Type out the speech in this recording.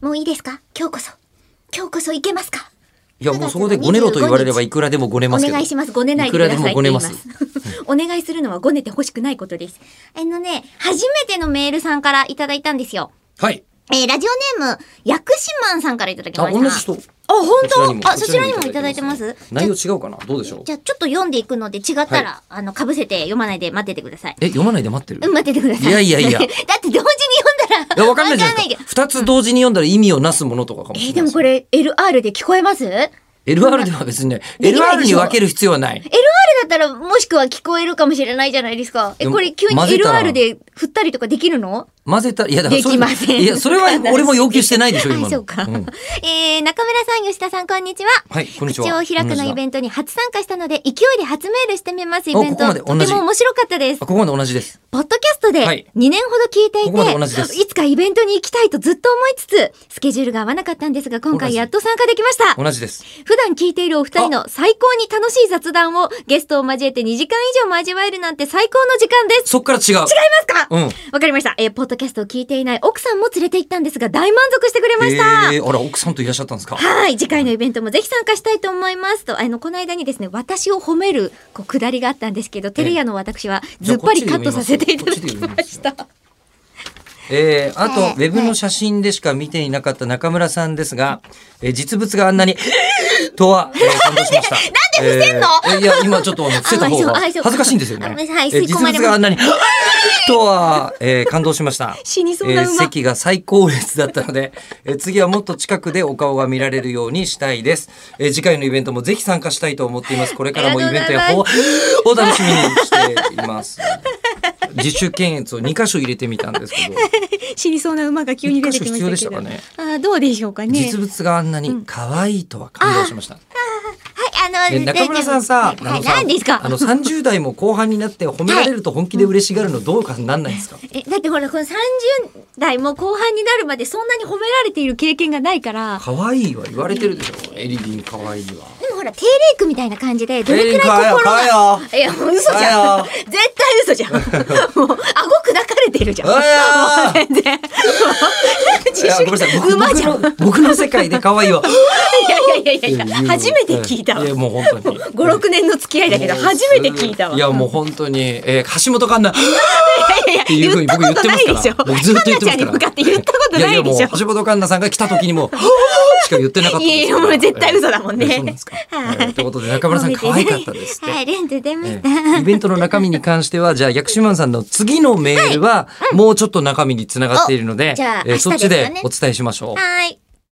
もういいですか？今日こそいけますか？ いや、もうそこでごねろと言われればいくらでもごねますけど。 お願いします。ごねないでくださいって言います。 いくらでもごねますお願いするのはごねてほしくないことです。初めてのメールさんからいただいたんですよ。 はい。 ラジオネーム、薬師マンさんからいただきました。 同じ人。 本当？そちらにもいただいてます？ 内容違うかな？どうでしょう？ じゃあちょっと読んでいくので違ったら、被せて読まないで待っててください。 読まないで待ってる？ 待っててください。 いや。 だって同時に読んだら。 わかんないじゃないですか。二つ同時に読んだら意味をなすものとかかもしれない。 でもこれ LR で聞こえます？ LR では別にね、LR に分ける必要はない。 LR だったらもしくは聞こえるかもしれないじゃないですか。これ急に LR で振ったりとかできるの？ 混ぜた、いやだからできません。 いや、それは俺も要求してないでしょ、今の。 そうか。中村さん、吉田さん、こんにちは。 はい、こんにちは。 口を開くのイベントに初参加したので、勢いで初メールしてみます、イベント。とても面白かったです。 ここまで同じです。 ポッドキャストで2年ほど聞いていて、 ここまで同じです。 いつかイベントに行きたいとずっと思いつつ、スケジュールが合わなかったんですが、今回やっと参加できました。 同じです。 普段聞いているお二人の最高に楽しい雑談をゲストを交えて2時間以上も味わえるなんて最高の時間です。 そっから違う。 違いますか？わかりました。ポッドキャストを聞いていない奥さんも連れて行ったんですが大満足してくれました。 あら、奥さんといらっしゃったんですか？ はい、次回のイベントもぜひ参加したいと思いますと、この間にですね、私を褒めるくだりがあったんですけど、テレヤの私はずっぱりカットさせていただきました。あとウェブの写真でしか見ていなかった中村さんですが、実物があんなにとは、感動しました。 なんで伏せんの？ いや、今ちょっと伏せた方が恥ずかしいんですよね。実物があんなにとは、感動しました。 死にそうな馬。 席が最高列だったので、次はもっと近くでお顔が見られるようにしたいです。次回のイベントもぜひ参加したいと思っています。これからもイベントやお楽しみにしています。自主検閲を2箇所入れてみたんですけど、 死にそうな馬が急に出てきましたけど。 1箇所必要でしたかね。 どうでしょうかね。 実物があんなに可愛いとは感動しました。 はい、 中村さんさ、 何ですか ？30代も後半になって褒められると本気で嬉しがるのどうかなんないですか？ だってほら、この30代も後半になるまでそんなに褒められている経験がないから。 可愛いは言われてるでしょ。エリリン可愛いは。 でもほら、低レイクみたいな感じで、どれくらい心が。いや、嘘じゃん。絶対嘘じゃん。もう、顎砕かれてるじゃん。全然。 ごめんなさい。馬じゃん。僕の世界で可愛いは。 いや、初めて聞いたわ。 いや、もう本当に。 5、6年の付き合いだけど、初めて聞いたわ。 いや、もう本当に、橋本環奈。っていう風に僕言ってますから。僕ずっと言ってますから。環奈ちゃんに向かって言ったことないでしょ。いや、もう橋本環奈さんが来た時にも、しか言ってなかったです。 いや、もう絶対嘘だもんね。 そうなんですか。ということで、中村さん可愛かったですって。 はい、レンズ出ました。 イベントの中身に関しては、じゃあ、薬師マンさんの次のメールは、もうちょっと中身につながっているので、そっちでお伝えしましょう。 はい。